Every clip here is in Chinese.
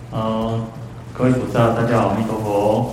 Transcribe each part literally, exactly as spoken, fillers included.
呃，各位菩萨，大家好，阿弥陀佛。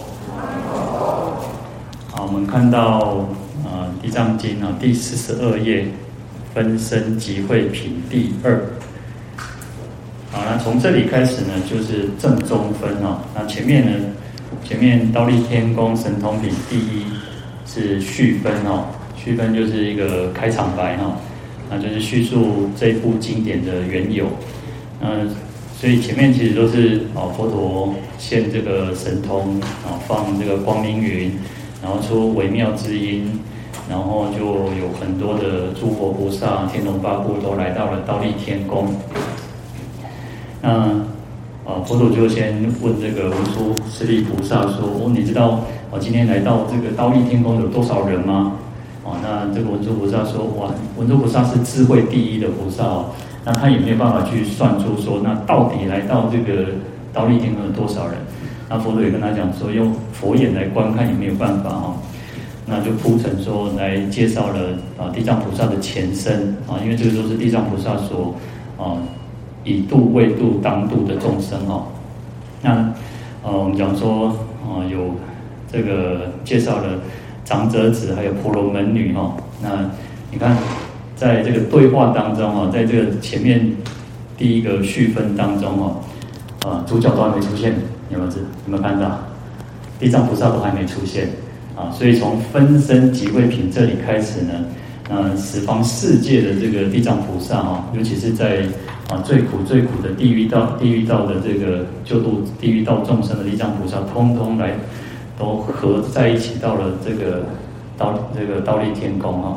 好，我们看到呃《地藏经》啊第四十二页，分身集会品第二。好，那从这里开始呢，就是正中分哦。那前面呢，前面忉利天宫神通品第一是序分哦，序分就是一个开场白哈、哦，那就是叙述这部经典的缘由。嗯。所以前面其实都是哦，佛陀现这个神通啊，放这个光明云，然后出微妙之音，然后就有很多的诸佛菩萨、天龙八部都来到了忉利天宫。那啊，佛陀就先问这个文殊师利菩萨说：“哦，你知道我今天来到这个忉利天宫有多少人吗？”哦，那这个文殊菩萨说：“哇，文殊菩萨是智慧第一的菩萨哦。”那他也没有办法去算出说，那到底来到这个忉利天宫有多少人？那佛陀也跟他讲说，用佛眼来观看也没有办法哈。那就铺陈说来介绍了啊地藏菩萨的前身啊，因为这个都是地藏菩萨所啊已度、未度、当度的众生哈。那呃我们讲说啊有这个介绍了长者子还有婆罗门女哈。那你看。在这个对话当中哦，在这个前面第一个序分当中哦，啊，主角都还没出现，有没有？有没有看到？地藏菩萨都还没出现啊，所以从分身集会品这里开始呢，呃，十方世界的这个地藏菩萨哦，尤其是在啊最苦最苦的地狱道、地狱道的这个救度地狱道众生的地藏菩萨，通通来都合在一起到了这个到这个忉利天宫哈。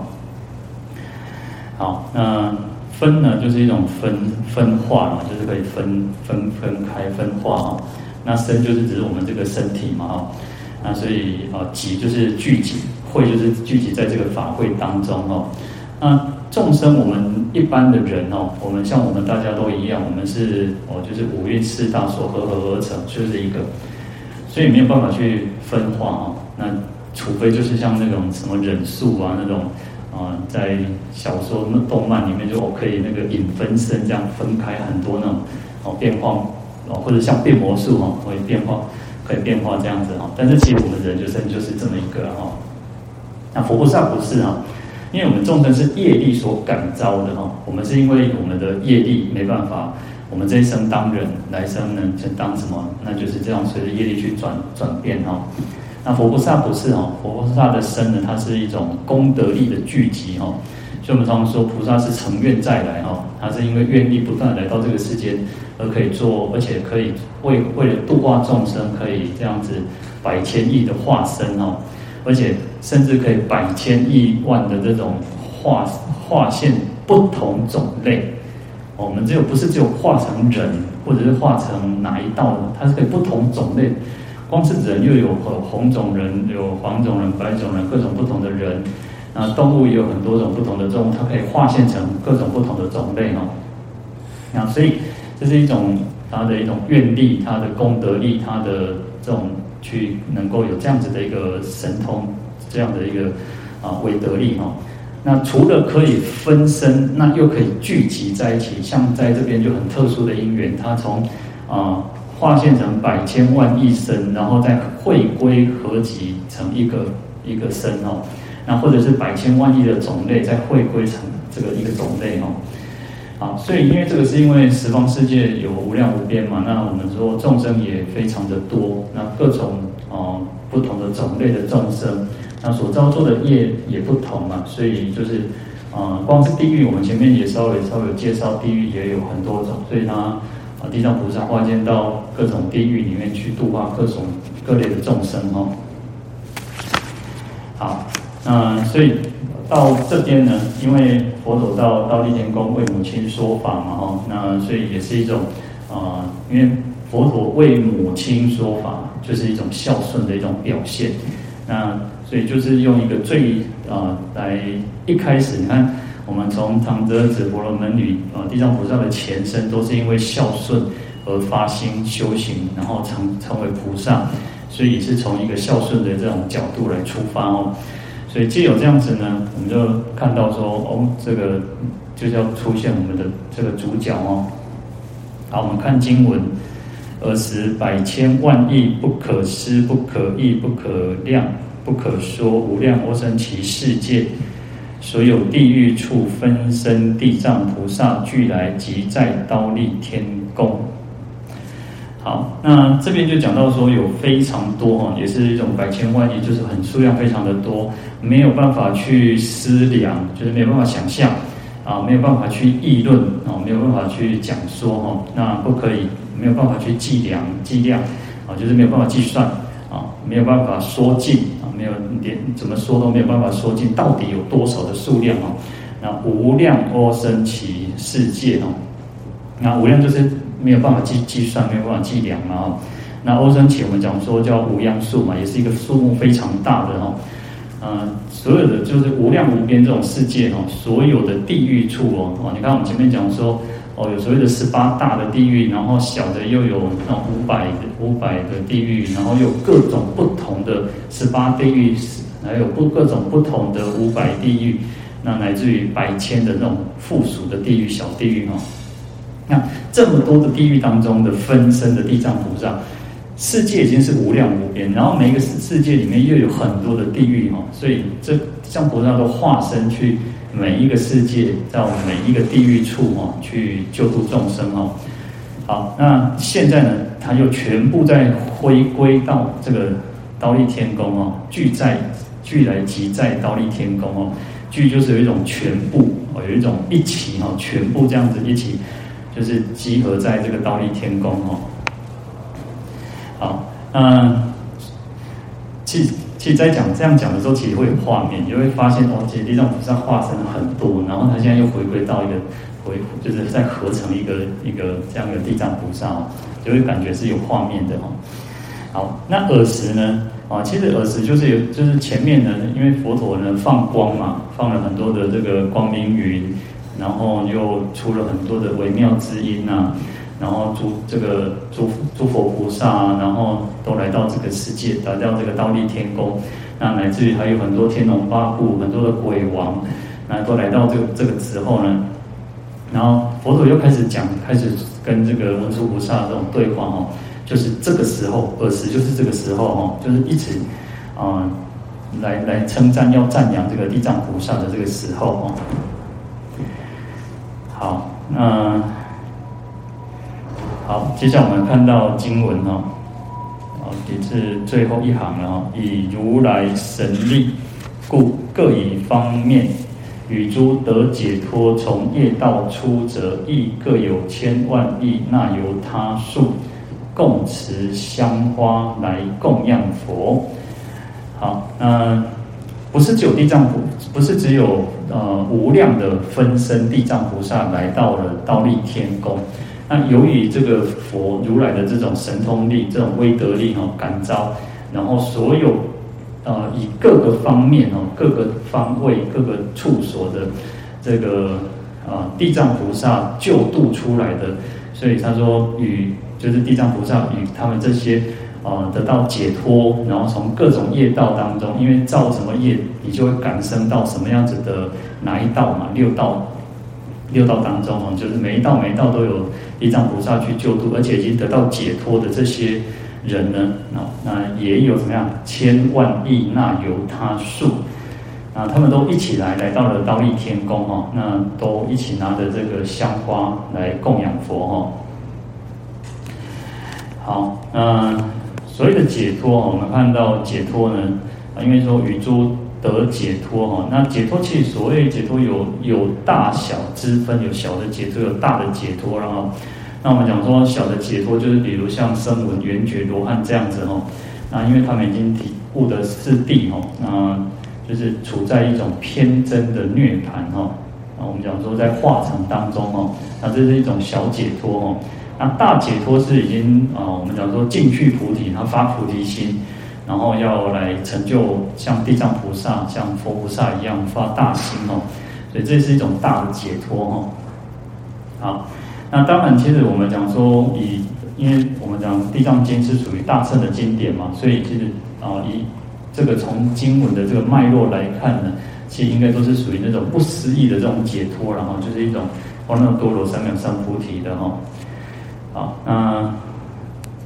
好，那分呢，就是一种分分化嘛，就是可以分分分开分化啊。那身就是指我们这个身体嘛啊。那所以啊，集就是聚集，会就是聚集在这个法会当中哦。那众生我们一般的人哦，我们像我们大家都一样，我们是哦，就是五蕴四大所合合而成，就是一个，所以没有办法去分化哦。那除非就是像那种什么忍术啊那种。啊，在小说、那动漫里面就可以那个引分身这样分开很多那种哦变化哦，或者像变魔术哈，可以变化，可以变化这样子哈。但是其实我们人就生就是这么一个哈。那佛菩萨不是哈，因为我们众生是业力所感召的哈，我们是因为我们的业力没办法，我们这一生当人，来生呢就当什么？那就是这样随着业力去转转变哈。那佛菩萨不是哦，佛菩萨的身呢，它是一种功德力的聚集哦。所以我们常常说，菩萨是成愿再来哦，他是因为愿力不断来到这个世间，而可以做，而且可以为为了度化众生，可以这样子百千亿的化身哦，而且甚至可以百千亿万的这种化化现不同种类。我们只有不是只有化成人，或者是化成哪一道的，它是可以不同种类。光是人又有红种人、有黄种人、白种人，各种不同的人。那动物也有很多种不同的动物，它可以化现成各种不同的种类哦。那所以这是一种它的一种愿力、它的功德力、它的这种去能够有这样子的一个神通，这样的一个啊伟德力哈。那除了可以分身，那又可以聚集在一起。像在这边就很特殊的因缘，它从啊。化现成百千万亿身，然后再汇归合集成一个一个身哦，那或者是百千万亿的种类再汇归成这个一个种类哦，好，所以因为这个是因为十方世界有无量无边嘛，那我们说众生也非常的多，那各种哦不同的种类的众生，那所造作的业也不同嘛，所以就是啊、呃，光是地狱，我们前面也稍微稍微有介绍，地狱也有很多种，所以它。啊，地藏菩萨化现到各种地狱里面去度化各种各类的众生哦。好，那所以到这边呢，因为佛陀到忉利天宫为母亲说法嘛，哦，那所以也是一种啊、呃，因为佛陀为母亲说法，就是一种孝顺的一种表现。那所以就是用一个最啊、呃、来一开始，你看。我们从长者子、婆罗门女啊、地藏菩萨的前身，都是因为孝顺而发心修行，然后成成为菩萨，所以也是从一个孝顺的这种角度来出发哦。所以藉由这样子呢，我们就看到说，哦，这个就是要出现我们的这个主角哦。好，我们看经文， 尔时百千万亿不可思不可议不可量不可说无量阿僧祇世界，所有地狱处分身地藏菩萨俱来即在忉利天宫。好，那这边就讲到说有非常多哈，也是一种百千万亿，就是很数量非常的多，没有办法去思量，就是没有办法想象啊，没有办法去议论啊，没有办法去讲说哈，那不可以没有办法去计量计量啊，就是没有办法计算啊，没有办法说尽啊，没有连怎么说都没有办法说尽，到底有多少的数量哦？那无量阿僧祇世界哦，那无量就是没有办法计计算，没有办法计量嘛哦。那阿僧祇我们讲说叫无量数嘛，也是一个数目非常大的哦。呃，所有的就是无量无边这种世界哦，所有的地狱处哦哦，你看我们前面讲说哦，有所谓的十八大的地狱，然后小的又有那种五百五百的地狱，然后有各种不同的十八地狱，还有不各种不同的五百地狱，那乃至于百千的那种附属的地狱、小地狱哦。那这么多的地狱当中的分身的地藏菩萨，世界已经是无量无边，然后每一个世界里面又有很多的地狱哈，所以这地藏菩萨都化身去每一个世界，到每一个地狱处哈，去救度众生哈。好，那现在呢，他又全部再回归到这个忉利天宫哦，俱在俱来即在忉利天宫哦，俱就是有一种全部哦，有一种一起哈，全部这样子一起。就是集合在这个忉利天宫哦。好，嗯，其实其实在讲这样讲的时候，其实会有画面，你就会发现哦，其实地藏菩萨化身很多，然后他现在又回归到一个回，就是在合成一个一个这样的地藏菩萨哦，就会感觉是有画面的哦。好，那尔时呢？啊，其实尔时就是有，就是前面呢，因为佛陀呢放光嘛，放了很多的这个光明云。然后又出了很多的微妙之音啊，然后诸这个诸诸佛菩萨啊，然后都来到这个世界，来到这个忉利天宫，那乃至于还有很多天龙八部，很多的鬼王，那都来到这个这个时候呢，然后佛陀又开始讲，开始跟这个文殊菩萨这种对话哦，就是这个时候，尔时就是这个时候哦，就是一直啊、呃、来来称赞，要赞扬这个地藏菩萨的这个时候哦。好，那好，接下来我们看到经文哦，好，也是最后一行了哦。以如来神力，故各以方面与诸得解脱从业道出者，亦各有千万亿那由他数，共持香花来供养佛。好，那不是只有地藏菩，不是只有呃无量的分身地藏菩萨来到了忉利天宫。那由于这个佛如来的这种神通力、这种威德力哈、哦，感召，然后所有呃以各个方面哦、各个方位、各个处所的这个啊、呃、地藏菩萨救度出来的，所以他说与就是地藏菩萨与他们这些。呃，得到解脱，然后从各种业道当中，因为造什么业，你就会感生到什么样子的哪一道嘛，六道，六道当中哦，就是每一道每一道都有地藏菩萨去救度，而且已经得到解脱的这些人呢，哦，那也有怎么样千万亿那由他数，啊，他们都一起来来到了忉利天宫哦，那都一起拿着这个香花来供养佛哦。好，嗯。所谓的解脱，我们看到解脱呢，因为说与诸得解脱哈，那解脱其实所谓解脱有有大小之分，有小的解脱，有大的解脱，然后那我们讲说小的解脱就是比如像声闻、缘觉、罗汉这样子哈，那因为他们已经体悟的是地哈，那就是处在一种偏真的涅槃哈，那我们讲说在化成当中哈，那这是一种小解脱哈。那大解脱是已经啊、呃，我们讲说尽去菩提，他发菩提心，然后要来成就像地藏菩萨、像佛菩萨一样发大心哦，所以这是一种大的解脱哦。好，那当然，其实我们讲说以，因为我们讲地藏经是属于大乘的经典嘛，所以其实啊、呃，以这个从经文的这个脉络来看呢，其实应该都是属于那种不思议的这种解脱，然后就是一种阿耨多罗三藐三菩提的哈。好，那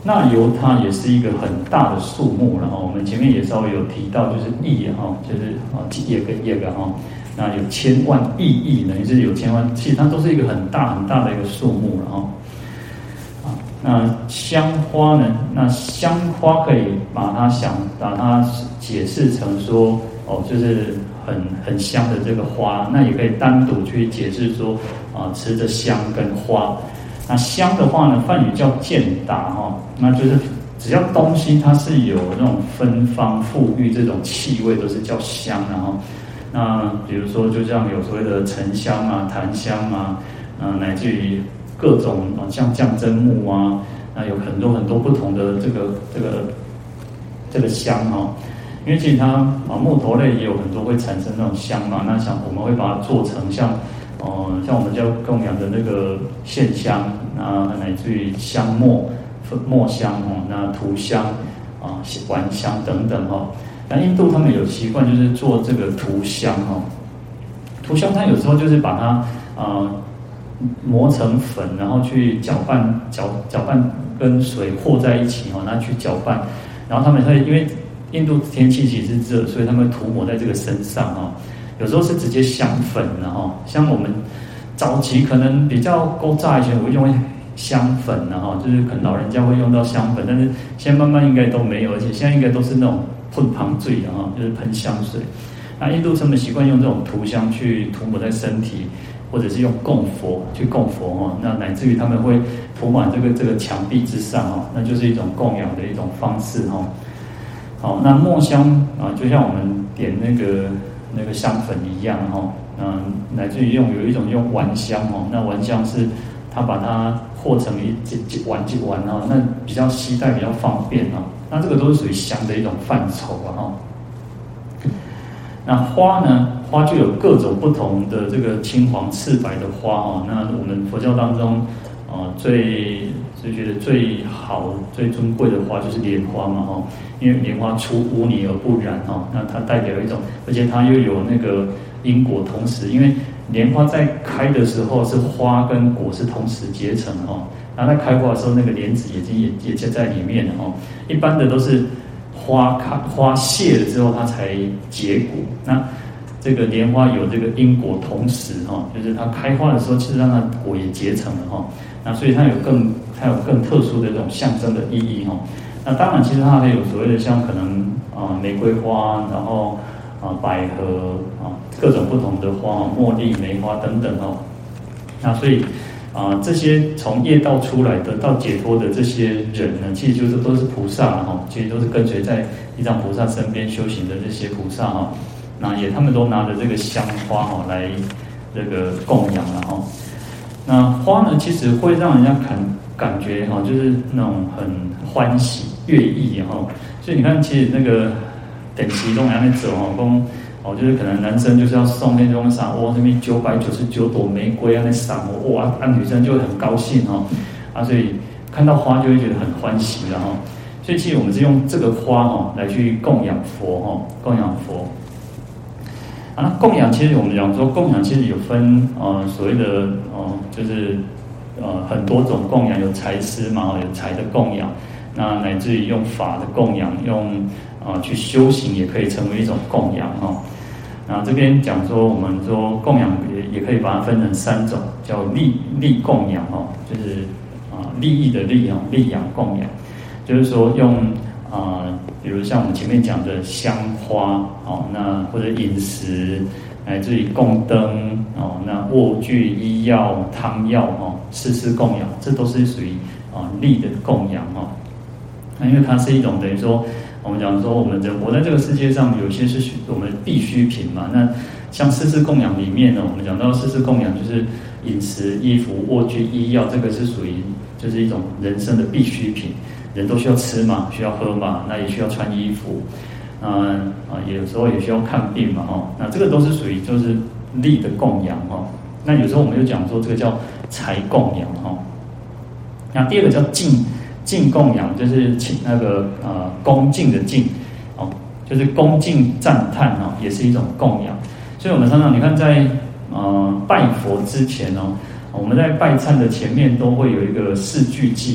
那由它也是一个很大的树木，然后我们前面也稍微有提到，就是亿哈，就是啊叶个叶个哈，那有千万亿亿呢，也是有千万，其实它都是一个很大很大的一个树木，然后啊，那香花呢？那香花可以把它想把它解释成说哦，就是很很香的这个花，那也可以单独去解释说啊，持着香跟花。那香的话呢，梵语叫健达哈，那就是只要东西它是有那种芬芳馥郁这种气味，都是叫香，然后那比如说就像有所谓的沉香啊、檀香啊，啊乃至于各种啊像降真木啊，那有很多很多不同的这个这个这个香哈，因为其实它啊木头类也有很多会产生那种香嘛，那像我们会把它做成像。哦、呃，像我们叫供养的那个线香，那乃至于香末、末香哦，那涂香啊、丸香等等哈。那印度他们有习惯就是做这个涂香哈，涂香它有时候就是把它啊、呃、磨成粉，然后去搅拌搅搅拌跟水和在一起哦，那去搅拌，然后他们会因为印度天气其实是热，所以他们涂抹在这个身上哈。有时候是直接香粉的哈，像我们早期可能比较古早以前我会用香粉的哈，就是可能老人家会用到香粉，但是现在慢慢应该都没有，而且现在应该都是那种喷旁醉的哈，就是喷香水。那印度他们习惯用这种涂香去涂抹在身体，或者是用供佛去供佛哈，那乃至于他们会涂满这个这个墙壁之上哈，那就是一种供养的一种方式哈。好，那墨香啊，就像我们点那个。那个香粉一样哈，嗯，乃至于用有一种用丸香哦，那丸香是它把它和成一几几丸几丸哈，那比较携带比较方便哈，那这个都是属于香的一种范畴啊哈。那花呢，花就有各种不同的这个青黄赤白的花哦，那我们佛教当中啊最就觉得最好最尊贵的花就是莲花嘛哈，因为莲花出污泥而不染哈，那它代表一种，而且它又有那个因果同时，因为莲花在开的时候是花跟果是同时结成哈，然后在开花的时候那个莲子已经也也结在里面了哈，一般的都是花开花谢了之后它才结果，那这个莲花有这个因果同时哈，就是它开花的时候，其实让它果也结成了哈，那所以它有更它有更特殊的这种象征的意义哈。那当然，其实它还有所谓的像可能啊、呃、玫瑰花，然后啊、呃、百合啊各种不同的花，茉莉、梅花等等哈。那所以啊、呃、这些从业道出来得到解脱的这些人呢，其实就是都是菩萨哈，其实都是跟随在地藏菩萨身边修行的这些菩萨哈。那也他们都拿着这个香花哈来这个供养了哈。那花呢，其实会让人家感感觉哈，就是那种很欢喜悦意哈。所以你看，其实那个等级都还没走哈，公哦，就是可能男生就是要送那种啥哇，那边九百九十九朵玫瑰啊，那赏哇，那女生就会很高兴哈啊，所以看到花就会觉得很欢喜了哈。所以其实我们是用这个花哈来去供养佛哈，供养佛。啊，那供养其实我们讲说供养其实有分呃所谓的呃就是呃很多种供养，有财施嘛，有财的供养，那乃至于用法的供养，用啊、呃、去修行也可以成为一种供养哈。那这边讲说我们说供养也也可以把它分成三种，叫利利供养哦，就是啊、呃、利益的利哦，利养供养，就是说用啊。呃比如像我们前面讲的香花哦，那或者饮食，乃至于供灯哦，那卧具、医药、汤药哦，施施供养，这都是属于啊利的供养哦。那因为它是一种等于说，我们讲说我们人活在这个世界上，有些是我们必需品嘛。那像施施供养里面呢，我们讲到施施供养就是饮食、衣服、卧具、医药，这个是属于就是一种人生的必需品。人都需要吃嘛，需要喝嘛，那也需要穿衣服，嗯啊，有时候也需要看病嘛，哈，那这个都是属于就是利的供养哈。那有时候我们就讲说这个叫财供养哈。那第二个叫敬敬供养，就是请那个呃恭敬的敬哦，就是恭敬赞叹哦，也是一种供养。所以我们常常你看在呃拜佛之前哦，我们在拜忏的前面都会有一个四句偈啊，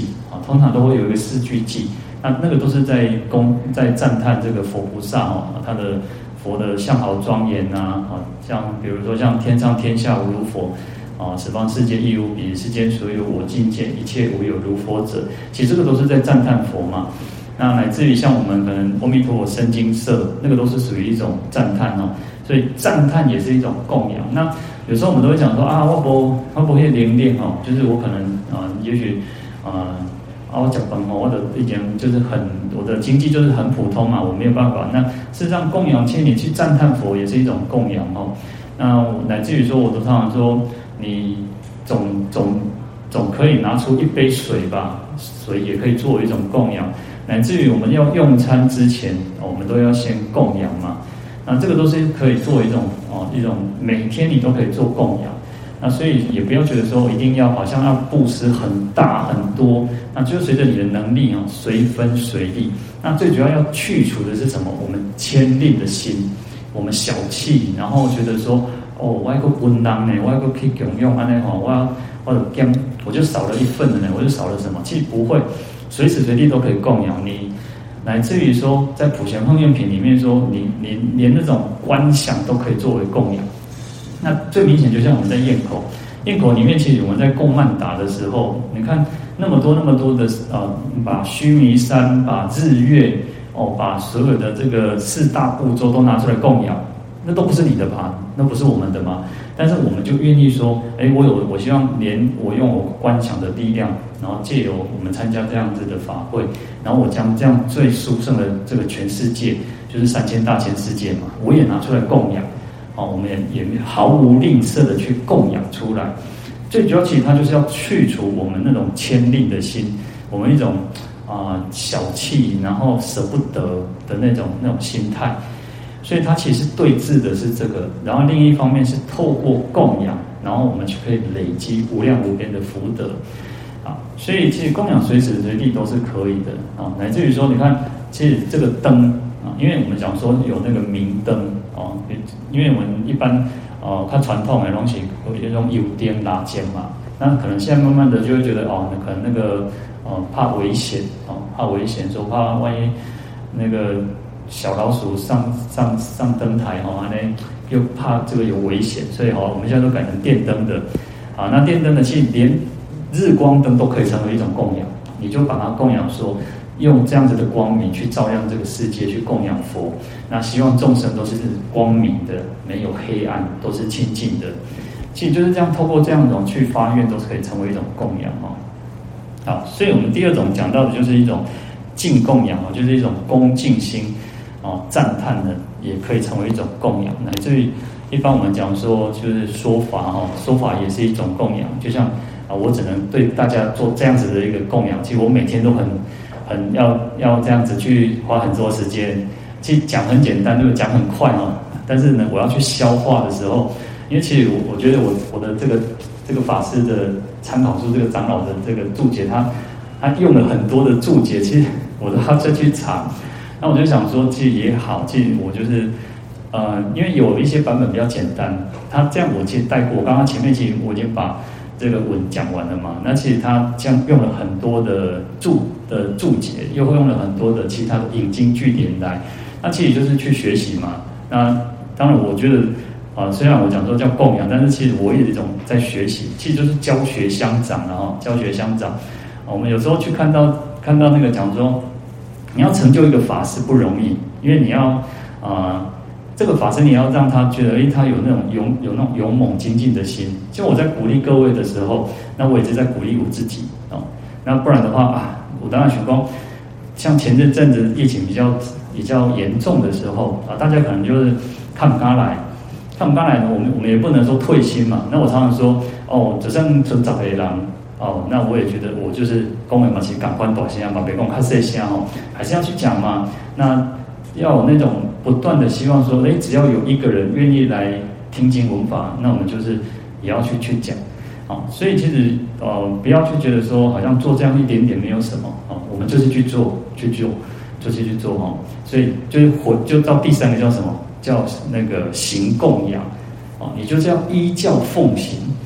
通常都会有一个四句偈，那那个都是在恭在赞叹这个佛菩萨哦，他的佛的相好庄严啊，啊，像比如说像天上天下无如佛。啊，十方世界亦无比，世间所有我净见，一切无有如佛者。其实这个都是在赞叹佛嘛。那乃至于像我们可能阿弥陀佛生金色，那个都是属于一种赞叹哦。所以赞叹也是一种供养。那有时候我们都会讲说啊，我不我不会灵练哦，就是我可能啊、呃，也许啊啊，我讲本哦，我的一点就是很我的经济就是很普通嘛，我没有办法。那事实上供养，其实你去赞叹佛也是一种供养哦。那乃至于说，我都常常说。你总总总可以拿出一杯水吧，水也可以作为一种供养，乃至于我们要用餐之前，我们都要先供养嘛。那这个都是可以作为一种哦，一种每天你都可以做供养。那所以也不要觉得说一定要好像要布施很大很多，那就随着你的能力哦，随分随力。那最主要要去除的是什么？我们谦吝的心，我们小气，然后觉得说。哦，我一个分人呢，我一个可以供用安尼吼，我我就减，我就少了一份了呢，我就少了什么？其实不会，随时随地都可以供养你，乃至于说在普贤奉愿品里面说，你你连那种观想都可以作为供养。那最明显就像我们在堰口，堰口里面其实我们在供曼达的时候，你看那么多那么多的呃，把须弥山、把日月哦，把所有的这个四大部洲都拿出来供养。那都不是你的吧？那不是我们的吗？但是我们就愿意说，哎，我有，我希望连我用我观想的力量，然后借由我们参加这样子的法会，然后我将这样最殊胜的这个全世界，就是三千大千世界嘛，我也拿出来供养，哦，我们也也毫无吝啬的去供养出来。最主要其实它就是要去除我们那种谦吝的心，我们一种啊、呃、小气，然后舍不得的那种那种心态。所以它其实对治的是这个，然后另一方面是透过供养，然后我们就可以累积无量无边的福德，啊，所以其实供养随时随地都是可以的啊，乃至于说，你看，其实这个灯啊，因为我们讲说有那个明灯哦，因为我们一般哦，看传统的东西有那种油灯拉尖嘛，那可能现在慢慢的就会觉得哦，可能那个哦怕危险哦，怕危险，说怕万一那个。小老鼠上上上灯台哈，呢又怕这个有危险，所以哈，我们现在都改成电灯的，啊，那电灯呢，其实连日光灯都可以成为一种供养，你就把它供养说，用这样子的光明去照亮这个世界，去供养佛，那希望众生都是光明的，没有黑暗，都是清净的，其实就是这样，透过这样一种去发愿，都是可以成为一种供养哦。好，所以我们第二种讲到的就是一种敬供养哦，就是一种恭敬心。哦，赞叹呢也可以成为一种供养，乃至于一般我们讲说就是说法哈，说法也是一种供养。就像啊，我只能对大家做这样子的一个供养，其实我每天都很很要要这样子去花很多时间。其实讲很简单，就是讲很快哦，但是呢，我要去消化的时候，因为其实我我觉得我我的这个这个法师的参考书，这个长老的这个注解，他他用了很多的注解，其实我都要再去查。那我就想说，其实也好，其实我就是，呃，因为有一些版本比较简单，他这样我其实带过，刚刚前面其实我已经把这个文讲完了嘛，那其实他这样用了很多的注的注解，又用了很多的其他的引经据典来，那其实就是去学习嘛。那当然，我觉得啊、呃，虽然我讲说叫供养，但是其实我也有一种在学习，其实就是教学相长，然后教学相长。我们有时候去看到看到那个讲说。你要成就一个法师不容易，因为你要啊、呃，这个法师你要让他觉得，诶，他有那种勇有那种勇猛精进的心。就我在鼓励各位的时候，那我也是在鼓励我自己哦。那不然的话啊，我当然想说，像前阵阵子疫情比较比较严重的时候啊，大家可能就是看不刚来，看不刚来呢，我们我们也不能说退心嘛。那我常常说，哦，只剩存十个人。哦，那我也觉得我就是公文嘛，其实赶快短信啊，把别公开设下哦，还是要去讲嘛。那要有那种不断的希望说，哎，只要有一个人愿意来听经闻法，那我们就是也要去去讲。哦，所以其实呃，不要去觉得说好像做这样一点点没有什么哦，我们就是去做，去做，就是去做哦。所以就是活，就到第三个叫什么？叫那个行供养哦，你就是要依教奉行。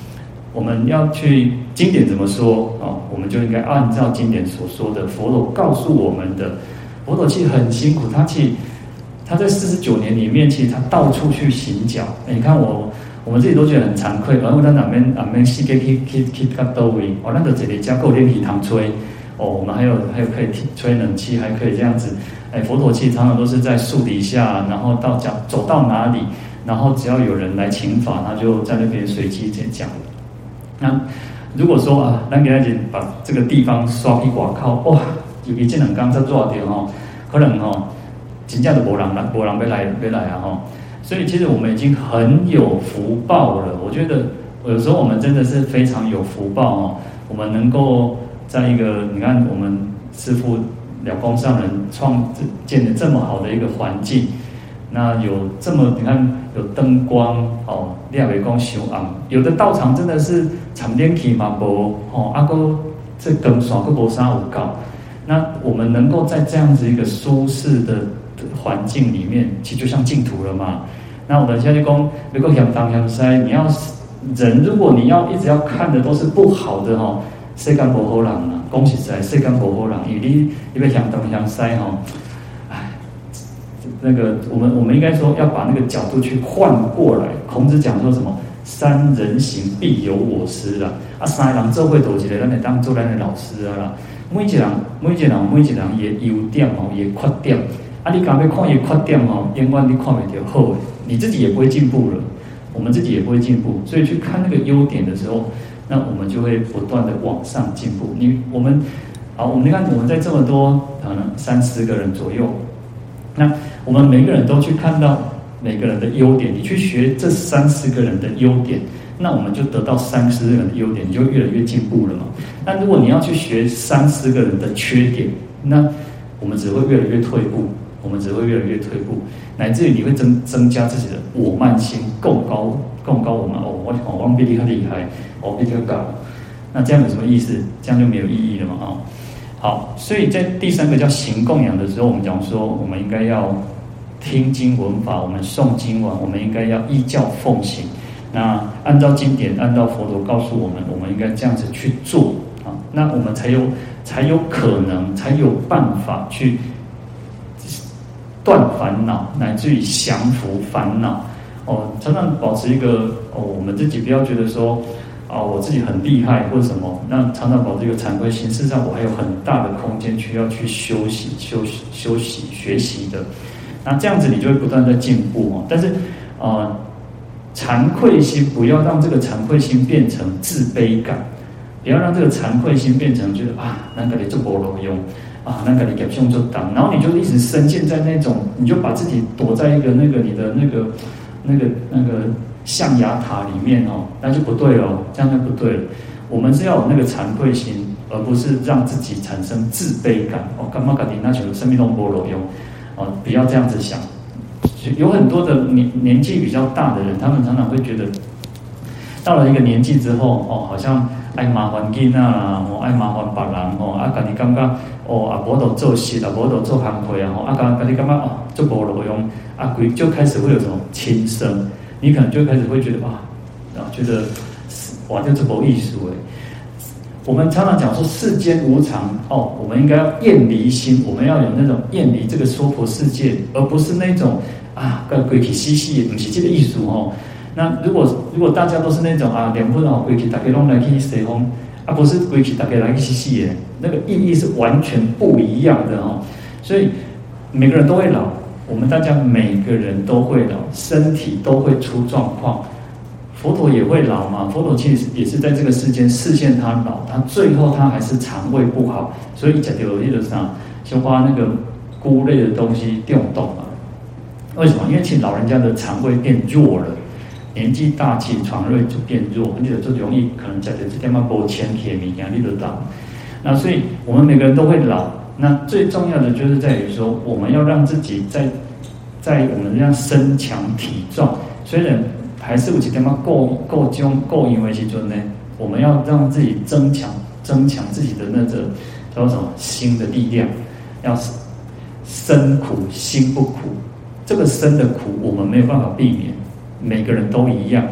我们要去经典怎么说哦，我们就应该按照经典所说的，佛陀告诉我们的。佛陀其实很辛苦，他其实他在四十九年里面，其实他到处去行脚。哎，你看我。我们自己都觉得很惭愧，然后咱哪边哪边世界去去去到多位，哦，那个这里加够练体堂吹，哦，我们还有还有可以吹冷气，还可以这样子。哎，佛陀其实常常都是在树底下，然后到讲走到哪里，然后只要有人来请法，他就在那边随机讲讲。那如果说啊，咱给大家把这个地方刷去外靠，哇，尤其这两天在热掉哦，可能哦，真正都无人来，无人要来要来啊吼。所以其实我们已经很有福报了。我觉得有时候我们真的是非常有福报哦。我们能够在一个你看我们师父了公上人创建的这么好的一个环境，那有这么你看有灯光哦，亮为光修昂，有的道场真的是场电气嘛无哦，阿哥这根线个无啥有够。那我们能够在这样子一个舒适的环境里面，其实就像净土了嘛。那我们现在讲，如果想当想塞，你要人，如果你要一直要看的都是不好的哈，世间不好人啊，恭喜在世间不好人，因为你因为想当想塞哈，哎，那个我们我们应该说要把那个角度去换过来。孔子讲说什么？三人行必有我师啦，啊，三个人做伙都一个，咱来当做咱的老师啊啦。每一个人每一个人每一个人也优点哦，也缺点。啊，你刚要看伊缺点哦，永远你看不到好的，你自己也不会进步了，我们自己也不会进步。所以去看那个优点的时候，那我们就会不断的往上进步。你我们好，我们你看我们在这么多可能三十个人左右，那我们每个人都去看到每个人的优点，你去学这三十个人的优点，那我们就得到三十个人的优点，你就越来越进步了嘛。那如果你要去学三十个人的缺点，那我们只会越来越退步。我们只会越来越退步，乃至于你会增增加自己的我慢心，更高更高我慢哦，我我比你更厉害，我比你更高，那这样有什么意思？这样就没有意义了嘛啊、哦！好，所以在第三个叫行供养的时候，我们讲说，我们应该要听经闻法，我们诵经完，我们应该要依教奉行。那按照经典，按照佛陀告诉我们，我们应该这样子去做啊，那我们才有才有可能，才有办法去断烦恼，乃至于降伏烦恼。哦，常常保持一个哦，我们自己不要觉得说啊、哦，我自己很厉害或者什么。那常常保持一个惭愧心，事实上我还有很大的空间需要去休息、休息、休息、学习的。那这样子你就会不断在进步哦。但是呃，惭愧心不要让这个惭愧心变成自卑感，不要让这个惭愧心变成觉得啊，那个你做没路用。啊，那个你给胸就挡，然后你就一直深陷在那种，你就把自己躲在一个那个你的那个那个那个象牙塔里面哦，那就不对了，这样就不对了。我们是要有那个惭愧心，而不是让自己产生自卑感。哦，干嘛搞定那球生命都没路用哦，不要这样子想。有很多的年年纪比较大的人，他们常常会觉得，到了一个年纪之后哦，好像爱麻烦囡仔啦，哦爱麻烦别人哦，啊，家己感觉。哦，啊，无都做事啊，无都做行会啊，吼，啊，刚刚你感觉哦，做无路用，啊，鬼就开始会有这种轻生，你可能就开始会觉得啊，然后觉得哇，这做无艺术诶。我们常常讲说世间无常哦，我们应该要厌离心，我们要有那种厌离这个娑婆世界，而不是那种啊，跟鬼气嬉戏，不是这个艺术哦。那如果如果大家都是那种啊，两分哦，鬼气大家拢来去西方。啊，不是归去大家来嬉戏耶，那个意义是完全不一样的哦。所以每个人都会老，我们大家每个人都会老，身体都会出状况。佛陀也会老嘛？佛陀其实也是在这个世间视现他老，他最后他还是肠胃不好，所以讲有一个啥，就花那个菇类的东西电动嘛。为什么？因为其实老人家的肠胃变弱了。年纪大，其实肠胃就变弱，你就就容易可能在这点嘛不前铁米压力得到。那所以我们每个人都会老，那最重要的就是在于说，我们要让自己在在我们这样身强体壮，虽然还是有一点嘛够够重够因为时阵呢，我们要让自己增强增强自己的那个叫什么心的力量，要身苦心不苦，这个身的苦我们没有办法避免。每个人都一样，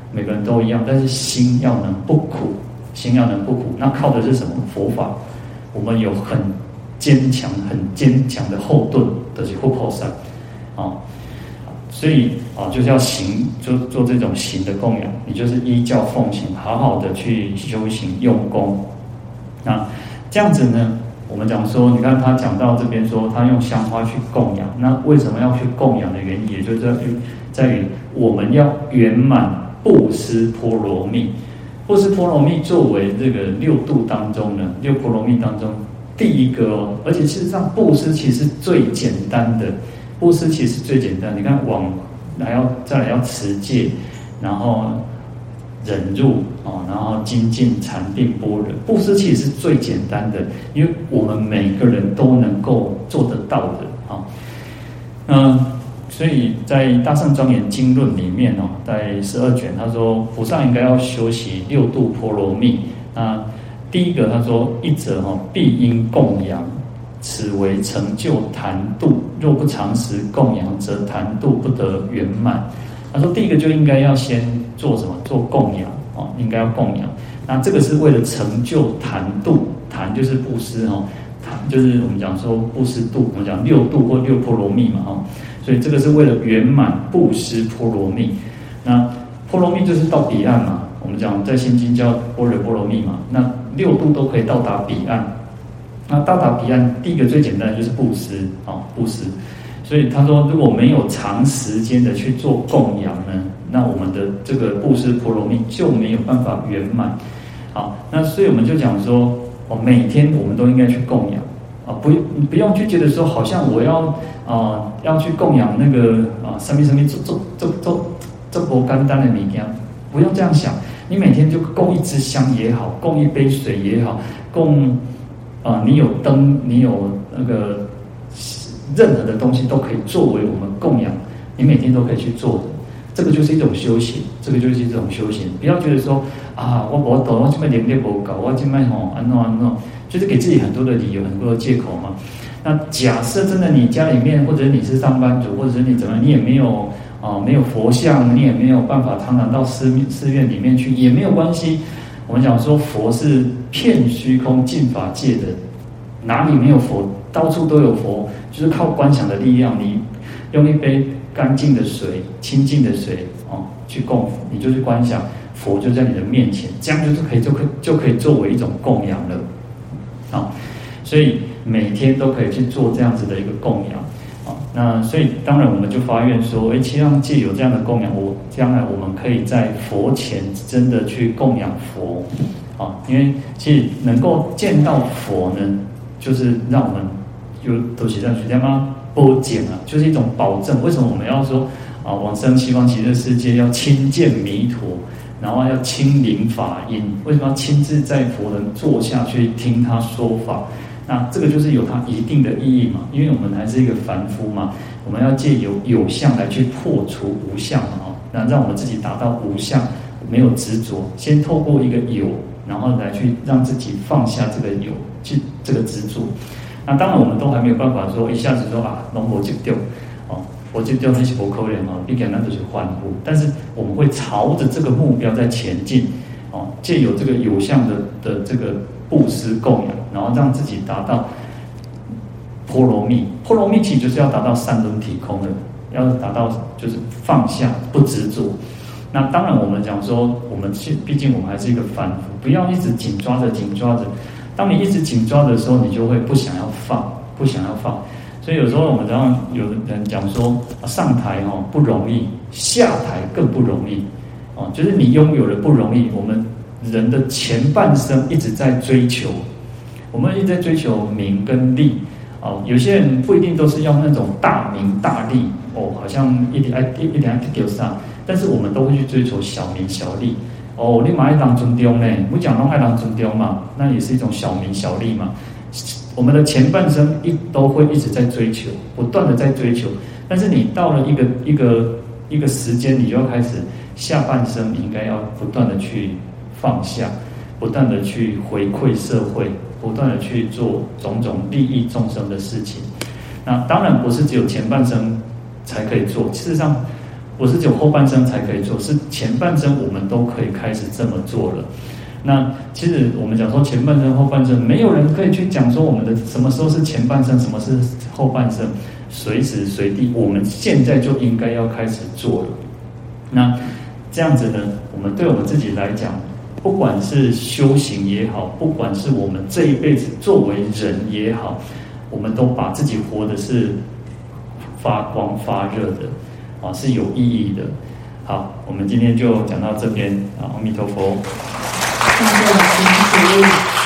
每个人都一样，但是心要能不苦，心要能不苦，那靠的是什么？佛法。我们有很坚强、很坚强的后盾，就是护菩萨，啊，所以啊，就是要行，就做这种行的供养，你就是依教奉行，好好的去修行用功。那这样子呢，我们讲说，你看他讲到这边说，他用香花去供养，那为什么要去供养的原因，也就是在于在于我们要圆满布施波罗蜜。布施波罗蜜作为这个六度当中呢，六波罗蜜当中第一个哦，而且事实上布施其实最简单的，布施其实最简单。你看往来要再来要持戒，然后忍辱哦，然后精进禅定般若，布施其实是最简单的，因为我们每个人都能够做得到的啊。嗯。所以在《大乘庄严经论》里面哦，在十二卷，他说菩萨应该要修习六度波罗蜜。那第一个他说，一者哈必应供养，此为成就坛度。若不常时供养，则坛度不得圆满。他说第一个就应该要先做什么？做供养哦，应该要供养。那这个是为了成就坛度，坛就是布施哦，坛就是我们讲说布施度，我们讲六度或六波罗蜜嘛哦。所以这个是为了圆满布施波罗蜜。那波罗蜜就是到彼岸嘛，我们讲在心经叫般若波罗蜜嘛，那六度都可以到达彼岸。那到达彼岸，第一个最简单的就是布施啊，布施。所以他说，如果没有长时间的去做供养呢，那我们的这个布施波罗蜜就没有办法圆满。好，那所以我们就讲说，哦，每天我们都应该去供养。啊，不，你不用去觉得说，好像我要啊、呃、要去供养那个啊什么什么做做做做做不简单的物件，不用这样想。你每天就供一支香也好，供一杯水也好，供啊、呃、你有灯，你有那个任何的东西都可以作为我们供养，你每天都可以去做的。这个就是一种修行，这个就是一种修行。不要觉得说啊，我不懂，我今麦能力不够，我今麦吼安诺安诺。就是给自己很多的理由，很多的借口嘛。那假设真的你家里面，或者你是上班族，或者是你怎么样，你也没有啊、呃，没有佛像，你也没有办法常常到寺寺院里面去，也没有关系。我们讲说佛是遍虚空尽法界的，哪里没有佛？到处都有佛，就是靠观想的力量。你用一杯干净的水、清净的水哦，去供佛，你就去观想，佛就在你的面前，这样就是可以就可以就可以作为一种供养了。啊，所以每天都可以去做这样子的一个供养，啊，那所以当然我们就发愿说，哎，希望借有这样的供养，我将来我们可以在佛前真的去供养佛，啊，因为其实能够见到佛呢，就是让我们有都写上去叫吗？波减啊，就是一种保证。为什么我们要说啊，往生西方极乐世界要亲见弥陀？然后要亲临法音，为什么要亲自在佛人坐下去听他说法？那这个就是有它一定的意义嘛，因为我们还是一个凡夫嘛，我们要借由有相来去破除无相嘛，哦，那让我们自己达到无相，没有执着，先透过一个有，然后来去让自己放下这个有，去这个执着。那当然我们都还没有办法说一下子说啊，龙婆就丢。我就叫那些不可怜哦，毕竟那都是欢呼，但是我们会朝着这个目标在前进哦，借由这个有相的的这个布施供养，然后让自己达到波罗蜜。波罗蜜其实就是要达到三轮体空的，要达到就是放下不执着。那当然我们讲说，我们毕竟我们还是一个凡夫，不要一直紧抓着紧抓着。当你一直紧抓的时候，你就会不想要放，不想要放。所以有时候我们常常有人讲说，上台哦不容易，下台更不容易哦，就是你拥有了不容易。我们人的前半生一直在追求，我们一直在追求名跟利哦。有些人不一定都是要那种大名大利哦，好像一点爱一一点爱丢上，但是我们都会去追求小名小利哦。你嘛爱人尊重呢，不讲拢爱人尊重嘛，那也是一种小名小利嘛。我们的前半生一都会一直在追求，不断的在追求，但是你到了一个一个一个时间，你就要开始下半生，你应该要不断的去放下，不断的去回馈社会，不断的去做种种利益众生的事情。那当然不是只有前半生才可以做，事实上， 不是只有后半生才可以做，是前半生我们都可以开始这么做了。那其实我们讲说前半生、后半生，没有人可以去讲说我们的什么时候是前半生，什么是后半生，随时随地，我们现在就应该要开始做了。那这样子呢，我们对我们自己来讲，不管是修行也好，不管是我们这一辈子作为人也好，我们都把自己活的是发光发热的啊，是有意义的。好，我们今天就讲到这边啊，阿弥陀佛。 大家好，